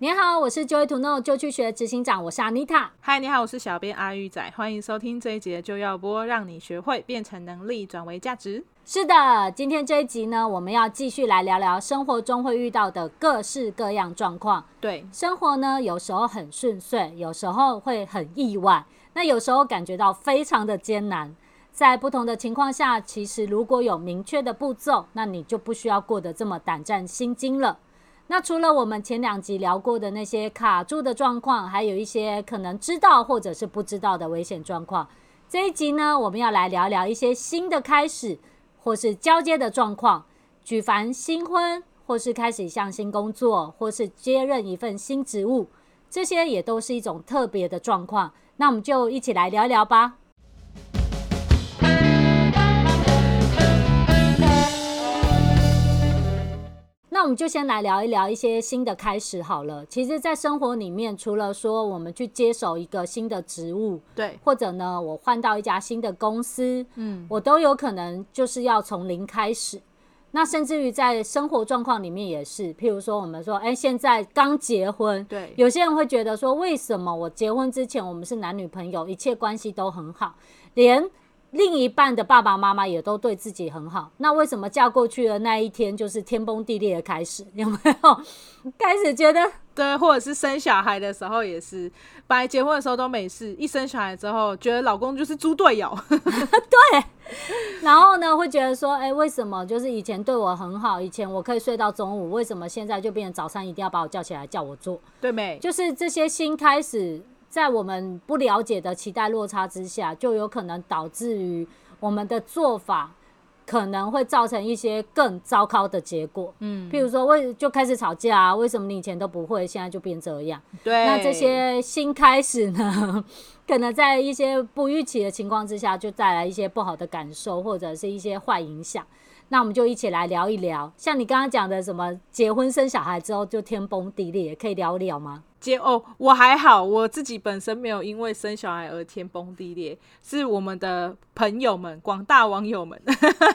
你好，我是 Joy to Know 就去学执行长，我是 Anita。 嗨，你好，我是小编阿玉仔，欢迎收听这一集的就要播，让你学会变成能力，转为价值。 是的，今天这一集呢，我们要继续来聊聊生活中会遇到的各式各样状况。 对， 生活呢，有时候很顺遂，有时候会很意外，那有时候感觉到非常的艰难。在不同的情况下，其实如果有明确的步骤，那你就不需要过得这么胆战心惊了。那除了我们前2集聊过的那些卡住的状况，还有一些可能知道或者是不知道的危险状况，这一集呢，我们要来聊聊一些新的开始或是交接的状况，举凡新婚或是开始一项新工作或是接任一份新职务，这些也都是一种特别的状况。那我们就一起来聊一聊吧。那我们就先来聊一聊一些新的开始好了。其实在生活里面，除了说我们去接手一个新的职务， 对， 或者呢我换到一家新的公司，我都有可能就是要从零开始。那甚至于在生活状况里面也是，譬如说我们说现在刚结婚， 对， 有些人会觉得说，为什么我结婚之前我们是男女朋友，一切关系都很好，连另一半的爸爸妈妈也都对自己很好，那为什么嫁过去的那一天就是天崩地裂的开始？有没有开始觉得？ 对，或者是生小孩的时候也是，本来结婚的时候都没事，一生小孩之后觉得老公就是猪队友。 对，然后呢会觉得说为什么就是以前对我很好，以前我可以睡到中午，为什么现在就变成早上一定要把我叫起来叫我做？ 对没？ 就是这些新开始，在我们不了解的期待落差之下，就有可能导致于我们的做法可能会造成一些更糟糕的结果。譬如说就开始吵架啊，为什么你以前都不会，现在就变这样？ 对， 那这些新开始呢，可能在一些不预期的情况之下，就带来一些不好的感受，或者是一些坏影响。那我们就一起来聊一聊，像你刚刚讲的什么结婚生小孩之后就天崩地裂，可以聊一聊吗？ 我还好，我自己本身没有因为生小孩而天崩地裂，是我们的朋友们，广大网友们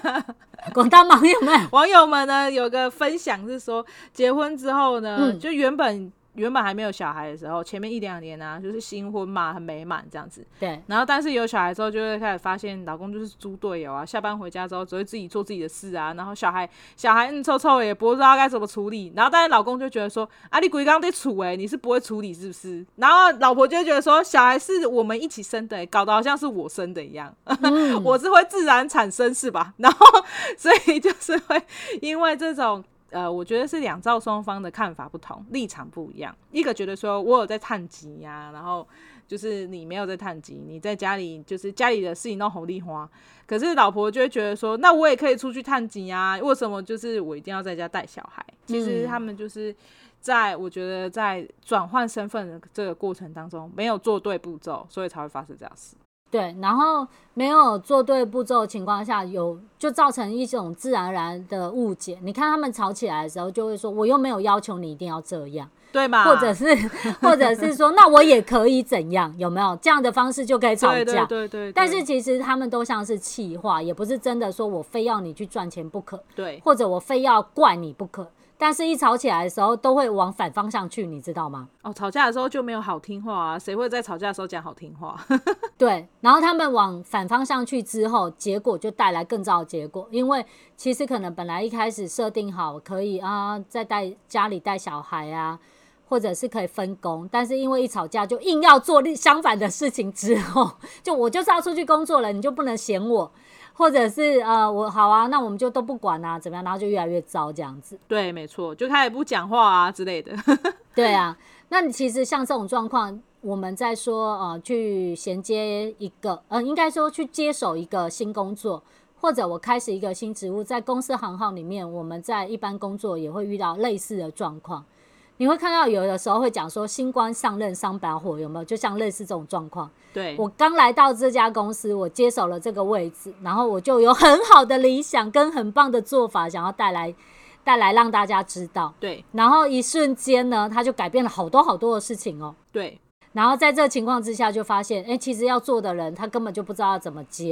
网友们呢有个分享是说，结婚之后呢，就原本还没有小孩的时候，前面1-2年啊，就是新婚嘛，很美满这样子。 对。 然后但是有小孩之后，就会开始发现老公就是猪队友啊，下班回家之后只会自己做自己的事啊，然后小孩臭臭也不知道该怎么处理。然后但是老公就觉得说，啊，你规刚在处你是不会处理是不是？然后老婆就会觉得说，小孩是我们一起生的搞得好像是我生的一样，我是会自然产生是吧？然后所以就是会因为这种。我觉得是两造双方的看法不同，立场不一样。一个觉得说我有在探级呀，然后就是你没有在探级，你在家里就是家里的事情都红利花。可是老婆就会觉得说，那我也可以出去探级啊，为什么就是我一定要在家带小孩？其实他们就是我觉得在转换身份的这个过程当中，没有做对步骤，所以才会发生这样的事。 对，然后没有做对步骤的情况下，就造成一种自然而然的误解。你看他们吵起来的时候，就会说我又没有要求你一定要这样， 对嘛？ 或者是说那我也可以怎样？有没有这样的方式就可以吵架？ 对。 但是其实他们都像是气话，也不是真的说我非要你去赚钱不可， 对， 或者我非要怪你不可。但是一吵起来的时候都会往反方向去，你知道吗？ 吵架的时候就没有好听话啊，谁会在吵架的时候讲好听话？ 对，然后他们往反方向去之后，结果就带来更糟的结果。因为其实可能本来一开始设定好可以在家里带小孩啊，或者是可以分工，但是因为一吵架就硬要做相反的事情之后，就我就是要出去工作了，你就不能嫌我。或者是我好啊，那我们就都不管啊，怎么样？然后就越来越糟这样子。 对，没错，就开始不讲话啊之类的。 对啊，那你其实像这种状况，我们在说去衔接一个应该说去接手一个新工作，或者我开始一个新职务，在公司行号里面，我们在一般工作也会遇到类似的状况。你会看到有的时候会讲说新官上任三把火，有没有？就像类似这种状况。 对， 我刚来到这家公司，我接手了这个位置，然后我就有很好的理想跟很棒的做法，想要带来让大家知道。 对， 然后一瞬间呢，他就改变了好多好多的事情哦。 对， 然后在这个情况之下，就发现其实要做的人他根本就不知道要怎么接了。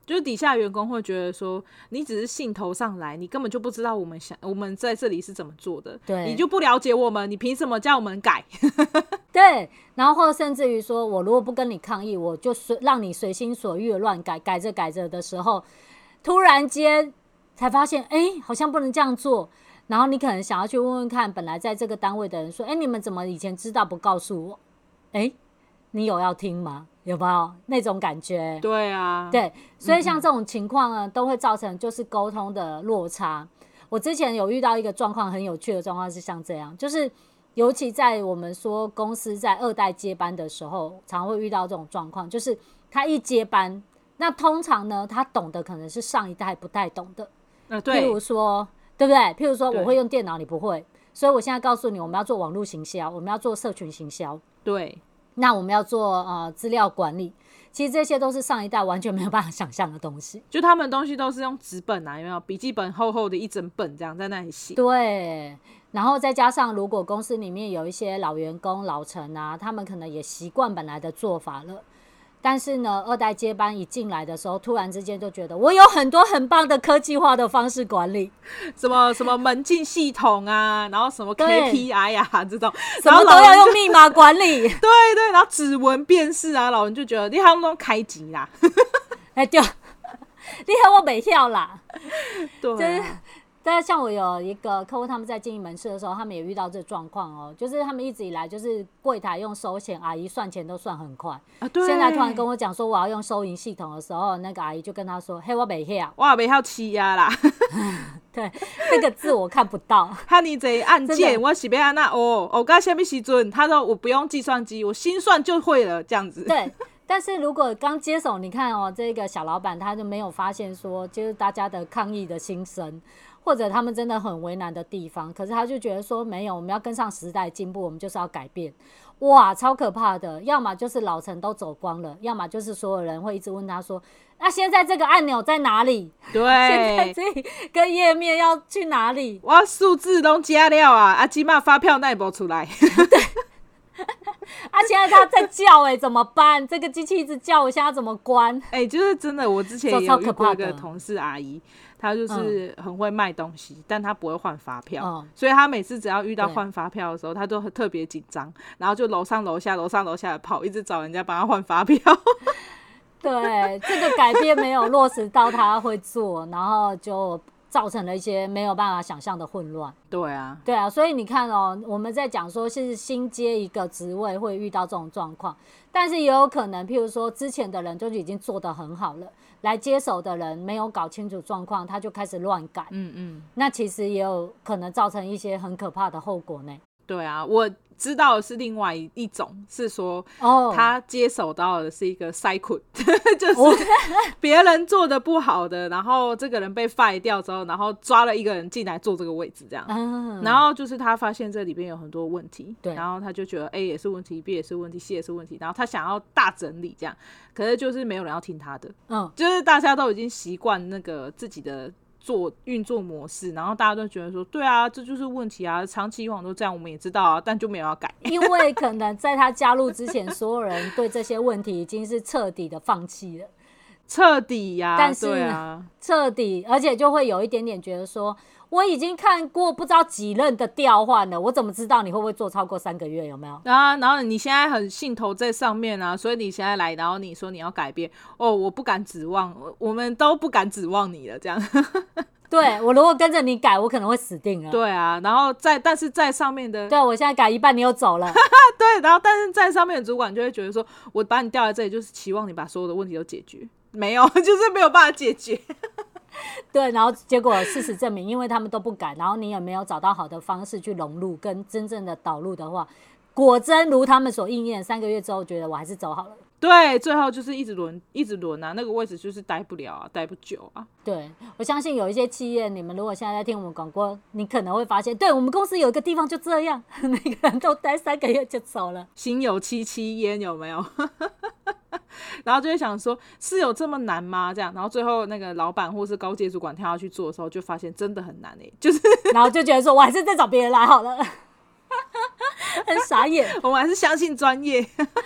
就是底下员工会觉得说，你只是兴头上来，你根本就不知道我们在这里是怎么做的， 对， 你就不了解我们，你凭什么叫我们改？ 对，然后或者甚至于说，我如果不跟你抗议，我就让你随心所欲的乱改，改着改着的时候，突然间才发现，好像不能这样做。然后你可能想要去问问看，本来在这个单位的人说，你们怎么以前知道不告诉我？你有要听吗？有没有那种感觉？ 对啊， 对，所以像这种情况呢，都会造成就是沟通的落差。我之前有遇到一个状况，很有趣的状况是像这样，就是尤其在我们说公司在2代接班的时候，常会遇到这种状况，就是他一接班，那通常呢，他懂的可能是上一代不太懂的， 对， 譬如说，对不对？譬如说，我会用电脑，你不会，所以我现在告诉你，我们要做网络行销，我们要做社群行销， 对。 那我们要做资料管理，其实这些都是上一代完全没有办法想象的东西。 就他们东西都是用纸本啊，有没有笔记本厚厚的一整本这样在那里写？ 对，然后再加上如果公司里面有一些老员工、老臣啊，他们可能也习惯本来的做法了。但是呢，2代接班一进来的时候，突然之间就觉得我有很多很棒的科技化的方式管理， 什么门禁系统啊，然后什么 KPI 啊这种， 什么都要用密码管理。 对对，然后指纹辨识啊，老人就觉得你还用开机啦， 对，你还我没晓啦， 对啊。 但是像我有一个客户，他们在经营门市的时候，他们也遇到这状况哦，就是他们一直以来就是柜台用收钱，阿姨算钱都算很快， 对。 现在突然跟我讲说我要用收银系统的时候，那个阿姨就跟他说：“嘿，我没晓， 我没晓欺压啦。” 对，那个字我看不到。 哈尼这按键，我是要那我到什么时阵？他说我不用计算机，我心算就会了，这样子。 对。但是如果刚接手，你看哦，这个小老板他就没有发现说，就是大家的抗议的心声，或者他们真的很为难的地方，可是他就觉得说没有，我们要跟上时代进步，我们就是要改变。哇，超可怕的！要么就是老陈都走光了，要么就是所有人会一直问他说：“那现在这个按钮在哪里？ 对， 现在这个页面要去哪里？ 我数字都加了啊，起码发票那也没出来。” 对。现在他在叫怎么办？这个机器一直叫，我现在怎么关？ 就是真的，我之前也有遇过一个同事阿姨，她就是很会卖东西，但她不会换发票，所以她每次只要遇到换发票的时候，她都特别紧张，然后就楼上楼下的跑，一直找人家帮她换发票。 对，这个改变没有落实到她会做，然后就造成了一些没有办法想象的混乱。 对啊， 所以你看哦，我们在讲说是新接一个职位会遇到这种状况，但是也有可能譬如说之前的人就已经做得很好了，来接手的人没有搞清楚状况，他就开始乱改，那其实也有可能造成一些很可怕的后果呢。 对啊，我知道的是另外一种，是说他接手到的是一个 cycle， 就是别人做的不好的，然后这个人被 fire 掉之后，然后抓了一个人进来做这个位置这样，然后就是他发现这里边有很多问题，然后他就觉得 A 也是问题， B 也是问题， C 也是问题，然后他想要大整理这样，可是就是没有人要听他的，就是大家都已经习惯那个自己的运作模式，然后大家都觉得说对啊，这就是问题啊，长期以往都这样，我们也知道啊，但就没有要改。 因为可能在他加入之前，所有人对这些问题已经是彻底的放弃了， 彻底呀， 但是对啊， 彻底，而且就会有一点点觉得说，我已经看过不知道几任的调换了，我怎么知道你会不会做超过3个月？有没有？ 然后你现在很兴头在上面啊，所以你现在来，然后你说你要改变，我不敢指望，我们都不敢指望你了，这样。 对，我如果跟着你改，我可能会死定了。 对啊，然后但是在上面的， 对，我现在改一半，你又走了。 对，然后但是在上面的主管就会觉得说，我把你调来这里，就是期望你把所有的问题都解决，没有，就是没有办法解决。 对，然后结果事实证明，因为他们都不改，然后你也没有找到好的方式去融入跟真正的导入的话，果真如他们所应验，3个月之后觉得我还是走好了。 对，最后就是一直轮啊，那个位置就是待不了啊，待不久啊。 对，我相信有一些企业，你们如果现在在听我们广播，你可能会发现，对，我们公司有一个地方就这样，每个人都待3个月就走了， 心有戚戚焉，有没有？然后就会想说，是有这么难吗？这样，然后最后那个老板或是高阶主管跳下去做的时候，就发现真的很难就是， 然后就觉得说，我还是再找别人来好了。很傻眼， 我们还是相信专业。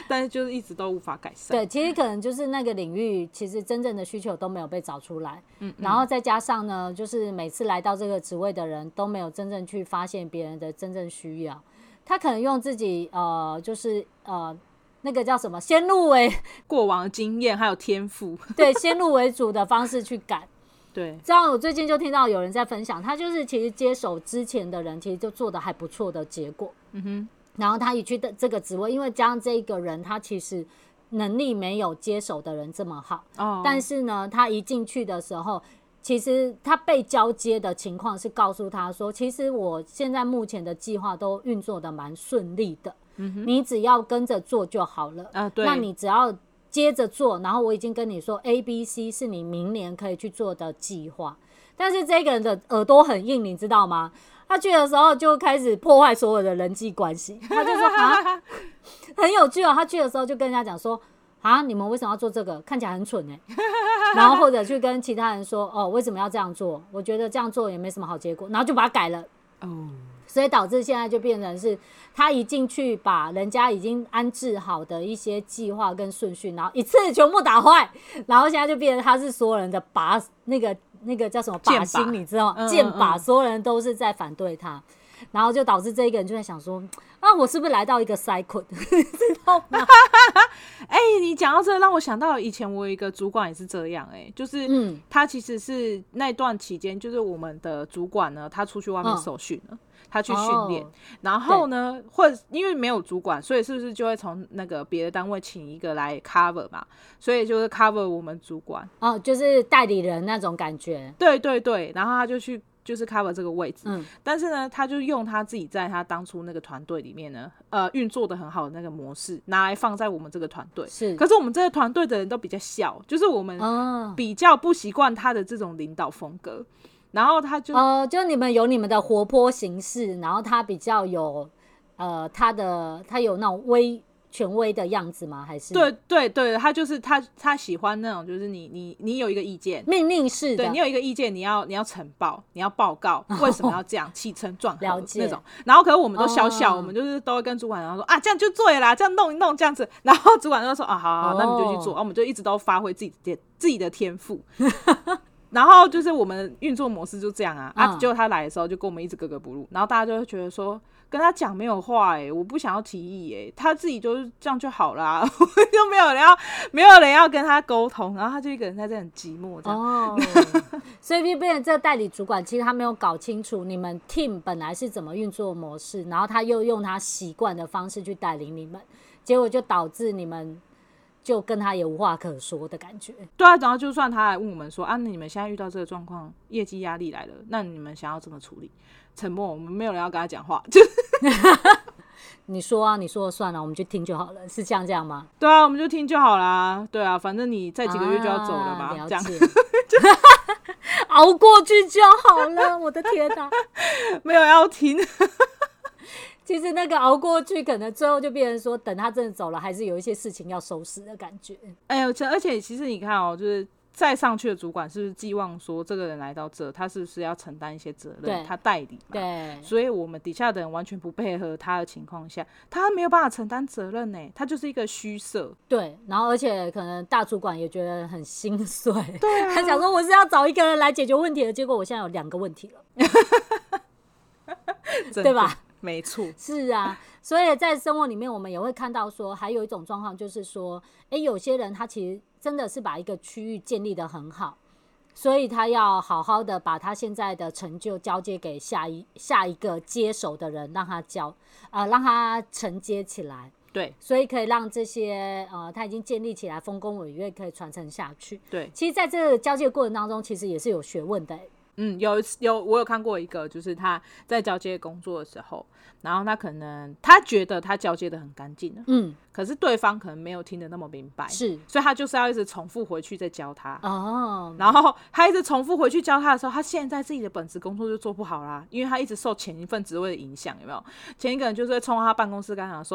但是就是一直都无法改善。 对，其实可能就是那个领域其实真正的需求都没有被找出来，然后再加上呢，就是每次来到这个职位的人都没有真正去发现别人的真正需要，他可能用自己就是那个叫什么先入为过往的经验还有天赋， 对，先入为主的方式去赶。 对， 这样我最近就听到有人在分享，他就是其实接手之前的人其实就做的还不错的结果，然后他一去的这个职位，因为加上这一个人他其实能力没有接手的人这么好，但是呢他一进去的时候，其实他被交接的情况是告诉他说，其实我现在目前的计划都运作的蛮顺利的，你只要跟着做就好了， 对， 那你只要接着做，然后我已经跟你说 ABC 是你明年可以去做的计划。但是这个人的耳朵很硬，你知道吗？他去的时候就开始破坏所有的人际关系，他就说啊，很有趣哦。他去的时候就跟人家讲说啊，你们为什么要做这个？看起来很蠢欸。然后或者去跟其他人说哦，为什么要这样做？我觉得这样做也没什么好结果，然后就把它改了。所以导致现在就变成是他一进去把人家已经安置好的一些计划跟顺序，然后一次全部打坏，然后现在就变成他是所有人的靶，那个叫什么靶心，你知道吗？箭靶，所有人都是在反对他，然后就导致这一个人就在想说啊，我是不是来到一个 cycle， 知道吗？ 你讲到这个让我想到以前我有一个主管也是这样，就是他其实是那段期间，就是我们的主管呢，他出去外面受训了。他去训练，然后呢，或者因为没有主管，所以是不是就会从那个别的单位请一个来 cover 嘛？所以就是 cover 我们主管， 就是代理人那种感觉。 对对对，然后他就去就是 cover 这个位置，但是呢，他就用他自己在他当初那个团队里面呢，运作的很好的那个模式，拿来放在我们这个团队。 是， 可是我们这个团队的人都比较小，就是我们比较不习惯他的这种领导风格。然后他就就你们有你们的活泼形式，然后他比较有他有那种权威的样子吗？还是对对对，他就是他喜欢那种，就是你有一个意见， 命令式的， 对，你有一个意见，你要呈报，你要报告为什么要这样，起承转合那种。然后可是我们都小，我们就是都会跟主管然后说啊，这样就对啦，这样弄一弄这样子。然后主管就说啊，好，那你就去做。我们就一直都发挥自己的天赋。然后就是我们运作模式就这样结果他来的时候就跟我们一直格格不入，然后大家就会觉得说跟他讲没有话我不想要提议他自己就是这样就好啦，就没有人要跟他沟通，然后他就一个人在这很寂寞这样。 所以变成这个代理主管其实他没有搞清楚你们 team 本来是怎么运作模式，然后他又用他习惯的方式去带领你们，结果就导致你们就跟他也无话可说的感觉。 对啊，然后就算他来问我们说啊，你们现在遇到这个状况，业绩压力来了，那你们想要怎么处理？沉默，我们没有人要跟他讲话，就你说啊，你说了算了，我们就听就好了，是这样吗？ 对啊，我们就听就好啦。对啊，反正你再几个月就要走了嘛， 了这样熬过去就好了。我的天哪， 没有要听。 其实那个熬过去，可能最后就变成说，等他真的走了，还是有一些事情要收拾的感觉。 而且其实你看就是再上去的主管是不是寄望说这个人来到这，他是不是要承担一些责任？他代理嘛， 对， 所以我们底下的人完全不配合他的情况下，他没有办法承担责任他就是一个虚设。 对，然后而且可能大主管也觉得很心碎， 对啊， 他想说我是要找一个人来解决问题的，结果我现在有2个问题了，对吧？ 没错， 是啊，所以在生活里面我们也会看到说，还有一种状况就是说，有些人他其实真的是把一个区域建立得很好，所以他要好好的把他现在的成就交接给下一个接手的人，让他承接起来。 对， 所以可以让这些他已经建立起来丰功伟业可以传承下去。 对， 其实在这个交接过程当中，其实也是有学问的。 我有看过一个，就是他在交接工作的时候，然后他觉得他交接的很干净了，可是对方可能没有听得那么明白， 是， 所以他就是要一直重复回去再教他。然后他一直重复回去教他的时候，他现在自己的本职工作就做不好啦，因为他一直受前一份职位的影响，有没有？前一个人就是会冲到他办公室跟他讲说，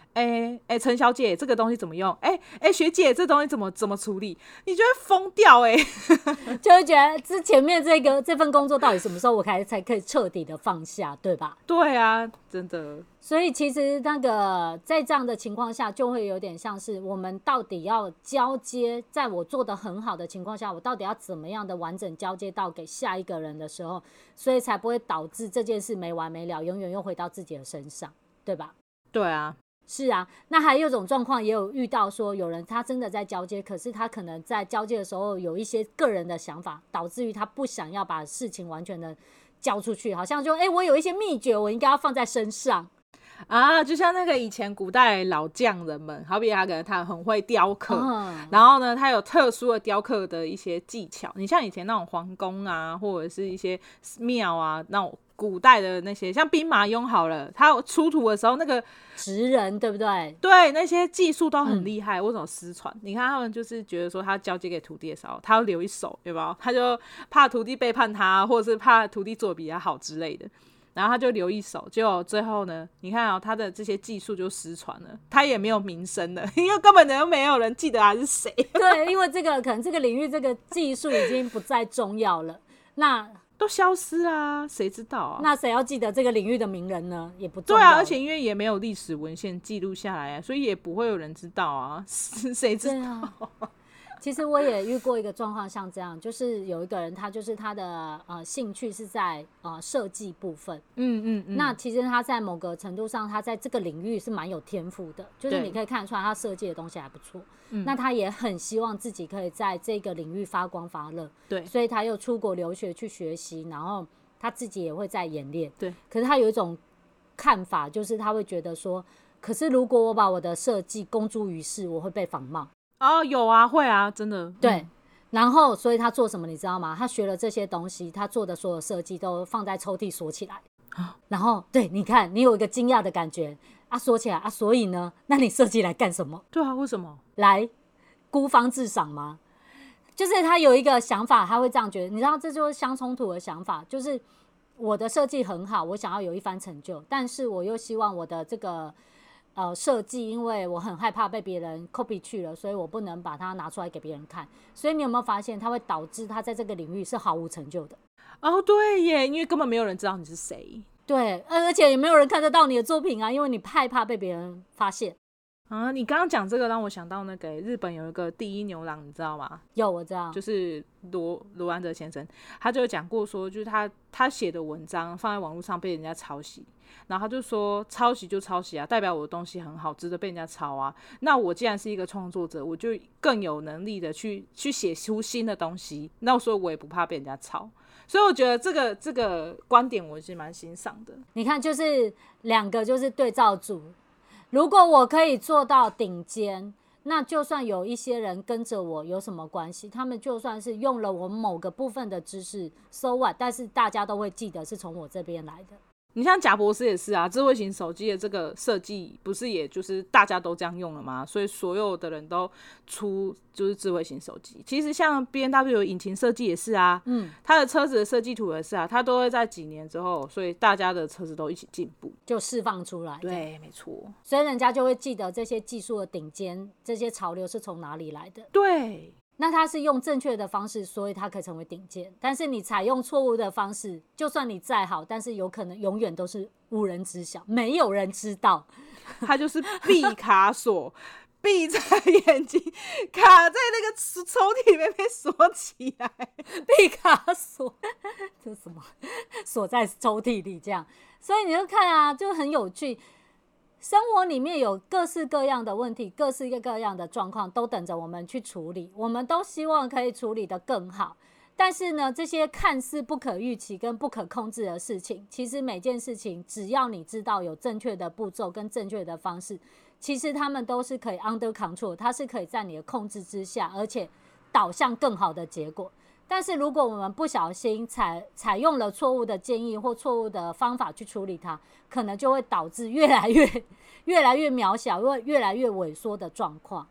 陈小姐这个东西怎么用，学姐这东西怎么处理，你就会疯掉就会觉得之前面这份工作到底什么时候我才可以彻底的放下，对吧？ 对啊，真的。 所以其实那个在这样的情况下，就会有点像是我们到底要交接，在我做得很好的情况下，我到底要怎么样的完整交接到给下一个人的时候，所以才不会导致这件事没完没了，永远又回到自己的身上，对吧？ 对啊。 是啊，那还有一种状况也有遇到说，有人他真的在交接，可是他可能在交接的时候有一些个人的想法，导致于他不想要把事情完全的交出去，好像就我有一些秘诀我应该要放在身上啊，就像那个以前古代老匠人们，好比他可能他很会雕刻，然后呢他有特殊的雕刻的一些技巧，你像以前那种皇宫啊，或者是一些庙啊，那种古代的那些像兵马俑好了，他出土的时候那个职人对不对？ 对，那些技术都很厉害，为什么失传？你看他们就是觉得说他交接给徒弟的时候，他要留一手，有没有？他就怕徒弟背叛他，或者是怕徒弟做比他好之类的，然后他就留一手，结果最后呢，你看他的这些技术就失传了，他也没有名声了，因为根本就没有人记得他是谁。 对，因为可能这个领域这个技术已经不再重要了，那都消失啦，谁知道啊？ 那谁要记得这个领域的名人呢？也不重要。 对啊，而且因为也没有历史文献记录下来啊，所以也不会有人知道啊，谁知道？ 其实我也遇过一个状况，像这样，就是有一个人，他就是他的兴趣是在设计部分，那其实他在某个程度上，他在这个领域是蛮有天赋的，就是你可以看得出来他设计的东西还不错，那他也很希望自己可以在这个领域发光发热， 对， 所以他又出国留学去学习，然后他自己也会在演练， 对， 可是他有一种看法，就是他会觉得说，可是如果我把我的设计公诸于世，我会被仿冒。 有啊，会啊，真的。 对，然后所以他做什么你知道吗？他学了这些东西，他做的所有设计都放在抽屉锁起来，然后对，你看你有一个惊讶的感觉啊，锁起来啊，所以呢，那你设计来干什么？ 对啊，为什么？ 来孤芳自赏吗？就是他有一个想法，他会这样觉得，你知道这就是相冲突的想法，就是我的设计很好，我想要有一番成就，但是我又希望我的这个设计，因为我很害怕被别人 copy 去了，所以我不能把它拿出来给别人看。所以你有没有发现，它会导致他在这个领域是毫无成就的？ 对耶，因为根本没有人知道你是谁。 对，而且也没有人看得到你的作品啊，因为你害怕被别人发现。 你刚刚讲这个让我想到那个日本有一个第一牛郎，你知道吗？ 有，我知道， 就是罗安德先生，他就有讲过说，就是他写的文章放在网络上被人家抄袭，然后他就说抄袭就抄袭啊，代表我的东西很好，值得被人家抄啊。那我既然是一个创作者，我就更有能力的去写出新的东西，那所以我也不怕被人家抄。所以我觉得这个观点我是蛮欣赏的。 你看，就是两个就是对照组。如果我可以做到顶尖，那就算有一些人跟着我有什么关系？他们就算是用了我某个部分的知识 ，so what？ 但是大家都会记得是从我这边来的。 你像贾博士也是啊，智慧型手机的这个设计不是也就是大家都这样用了吗？所以所有的人都出就是智慧型手机。其实像 BMW 引擎设计也是啊，他的车子的设计图也是啊，他都会在几年之后，所以大家的车子都一起进步， 就释放出来。 对，没错。 所以人家就会记得这些技术的顶尖，这些潮流是从哪里来的。 对。 那他是用正确的方式，所以他可以成为顶尖。但是你采用错误的方式，就算你再好，但是有可能永远都是无人知晓，没有人知道。 他就是毕卡索，闭着眼睛卡在那个抽屉里面被锁起来。 毕卡索，这什么？锁在抽屉里这样，所以你就看啊，就很有趣。生活里面有各式各样的问题，各式各样的状况都等着我们去处理，我们都希望可以处理得更好。但是呢，这些看似不可预期跟不可控制的事情，其实每件事情只要你知道有正确的步骤跟正确的方式，其实他们都是可以 under control， 它是可以在你的控制之下，而且导向更好的结果。但是如果我们不小心采用了错误的建议或错误的方法去处理它，可能就会导致越来越渺小，越来越萎缩的状况。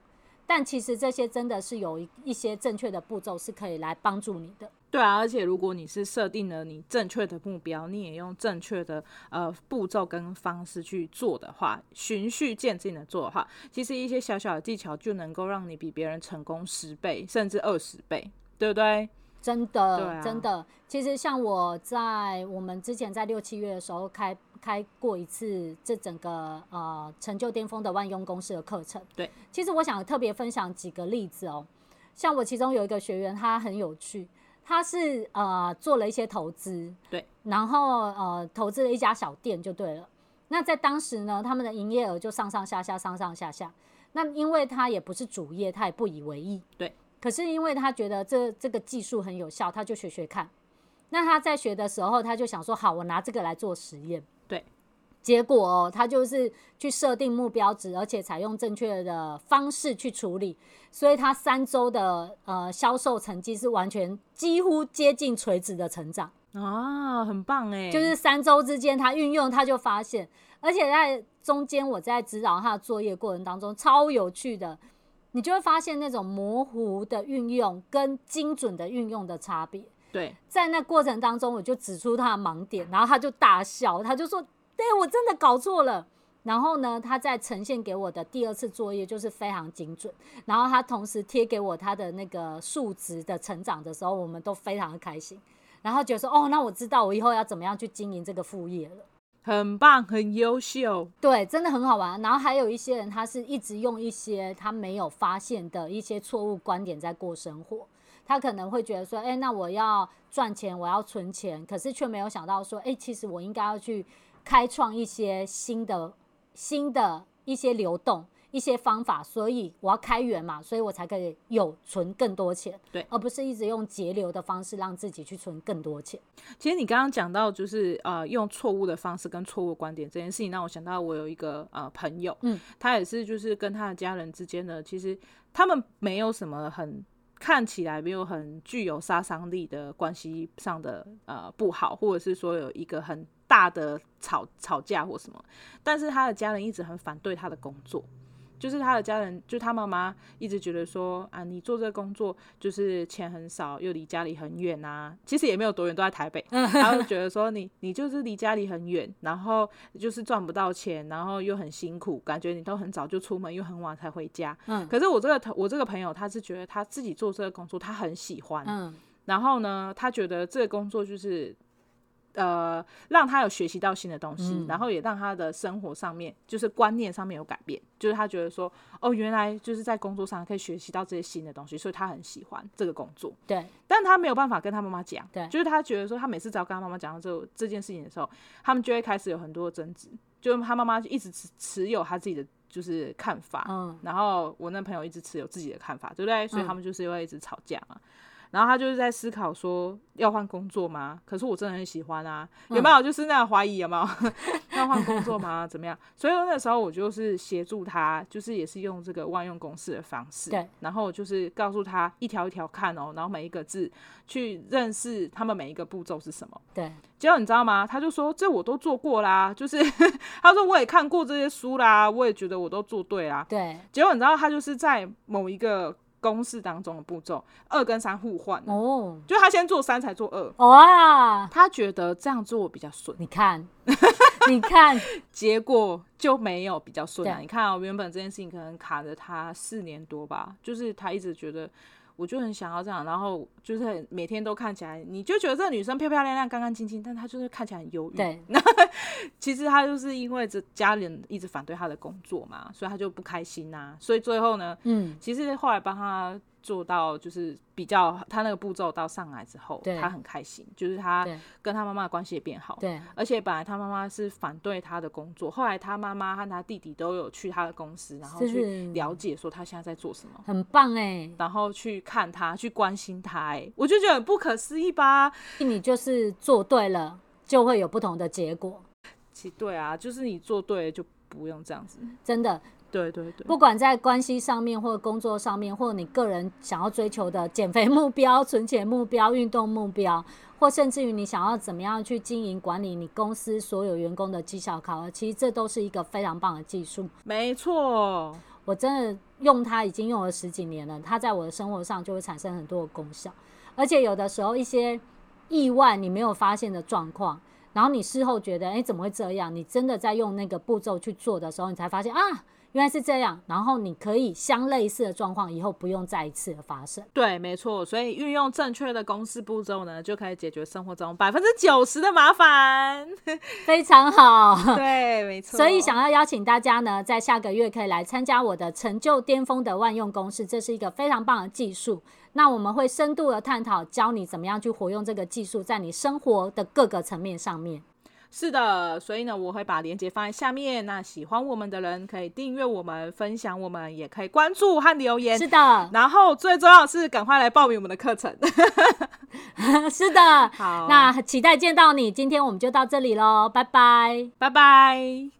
但其实这些真的是有一些正确的步骤是可以来帮助你的。 对啊，而且如果你是设定了你正确的目标，你也用正确的步骤跟方式去做的话，循序渐进的做的话，其实一些小小的技巧就能够让你比别人成功10倍甚至20倍，对不对？ 真的、 啊、 真的，其实像我们之前在6、7月的时候开过一次这整个成就巅峰的万用公式的课程。 对， 其实我想特别分享几个例子哦。像我其中有一个学员，他很有趣，他是做了一些投资， 对， 然后投资了一家小店就对了。那在当时呢，他们的营业额就上上下下，上上下下。那因为他也不是主业，他也不以为意， 对。 可是因为他觉得这个技术很有效，他就学看。那他在学的时候，他就想说，好，我拿这个来做实验。 对。 结果他就是去设定目标值，而且采用正确的方式去处理，所以他3周的销售成绩是完全几乎接近垂直的成长啊，很棒哎！ 就是3周之间他运用，他就发现，而且在中间我在指导他的作业过程当中超有趣的，你就会发现那种模糊的运用跟精准的运用的差别。 对， 在那过程当中我就指出他的盲点，然后他就大笑，他就说对，我真的搞错了。然后呢，他在呈现给我的第2次作业就是非常精准，然后他同时贴给我他的那个数值的成长的时候，我们都非常的开心，然后觉得说哦，那我知道我以后要怎么样去经营这个副业了。 很棒，很优秀， 对，真的很好玩。然后还有一些人，他是一直用一些他没有发现的一些错误观点在过生活。他可能会觉得说，那我要赚钱，我要存钱，可是却没有想到说，其实我应该要去开创一些新的一些流动，一些方法，所以我要开源嘛，所以我才可以有存更多钱， 对， 而不是一直用节流的方式让自己去存更多钱。 其实你刚刚讲到就是用错误的方式跟错误观点这件事情，让我想到我有一个朋友，他也是就是跟他的家人之间呢，其实他们没有什么看起来没有很具有杀伤力的关系上的不好，或者是说有一个很大的吵架或什么，但是他的家人一直很反对他的工作，就是他的家人，就他妈妈一直觉得说啊，你做这个工作就是钱很少，又离家里很远啊，其实也没有多远，都在台北，他就觉得说你就是离家里很远，然后就是赚不到钱，然后又很辛苦，感觉你都很早就出门，又很晚才回家。可是我这个朋友，他是觉得他自己做这个工作，他很喜欢，然后呢，他觉得这个工作就是让他有学习到新的东西，然后也让他的生活上面就是观念上面有改变，就是他觉得说哦，原来就是在工作上可以学习到这些新的东西，所以他很喜欢这个工作。 对， 但他没有办法跟他妈妈讲， 对， 就是他觉得说他每次只要跟他妈妈讲到这件事情的时候，他们就会开始有很多的争执，就是他妈妈就一直持有他自己的就是看法，然后我那朋友一直持有自己的看法，对不对？所以他们就是会一直吵架嘛。然后他就是在思考说要换工作吗？可是我真的很喜欢啊，有没有就是那样怀疑有没有要换工作吗？怎么样？所以那时候我就是协助他，就是也是用这个万用公式的方式， 对， 然后就是告诉他一条一条看哦，然后每一个字去认识他们每一个步骤是什么。 对， 结果你知道吗？他就说这我都做过啦，就是他说我也看过这些书啦，我也觉得我都做对啦。 对， 结果你知道他就是在某一个公式当中的步骤2跟3互换哦，就他先做3才做2，哇，他觉得这样做比较顺。 你看你看结果就没有比较顺啊。你看原本这件事情可能卡着他4年多吧，就是他一直觉得我就很想要这样，然后就是每天都看起来你就觉得这个女生漂漂亮亮干干净净，但她就是看起来很忧郁。 对， 那其实她就是因为这家人一直反对她的工作嘛，所以她就不开心啊。所以最后呢，其实后来帮她做到就是比较他那个步骤到上来之后，他很开心，就是他跟他妈妈的关系也变好。 对， 而且本来他妈妈是反对他的工作，后来他妈妈和他弟弟都有去他的公司，然后去了解说他现在在做什么， 很棒哎， 然后去看他，去关心他，哎，我就觉得很不可思议吧。 你就是做对了，就会有不同的结果。 其实对啊，就是你做对了就不用这样子， 真的。 对对对， 不管在关系上面或工作上面，或你个人想要追求的减肥目标、存钱目标、运动目标，或甚至于你想要怎么样去经营管理你公司所有员工的绩效考核，其实这都是一个非常棒的技术。 没错， 我真的用它已经用了10几年了，它在我的生活上就会产生很多的功效。而且有的时候一些意外你没有发现的状况，然后你事后觉得怎么会这样，你真的在用那个步骤去做的时候，你才发现啊原来是这样，然后你可以相类似的状况以后不用再一次的发生。 对，没错，所以运用正确的公式步骤呢，就可以解决生活中90%的麻烦。 非常好。 对，没错。 所以想要邀请大家呢，在下个月可以来参加我的成就巅峰的万用公式，这是一个非常棒的技术。那我们会深度的探讨，教你怎么样去活用这个技术，在你生活的各个层面上面。 是的，所以呢，我会把链接放在下面。那喜欢我们的人可以订阅我们、分享我们，也可以关注和留言。 是的， 然后最重要的是，赶快来报名我们的课程。 是的， 好， 那期待见到你。今天我们就到这里咯，拜拜， 拜拜。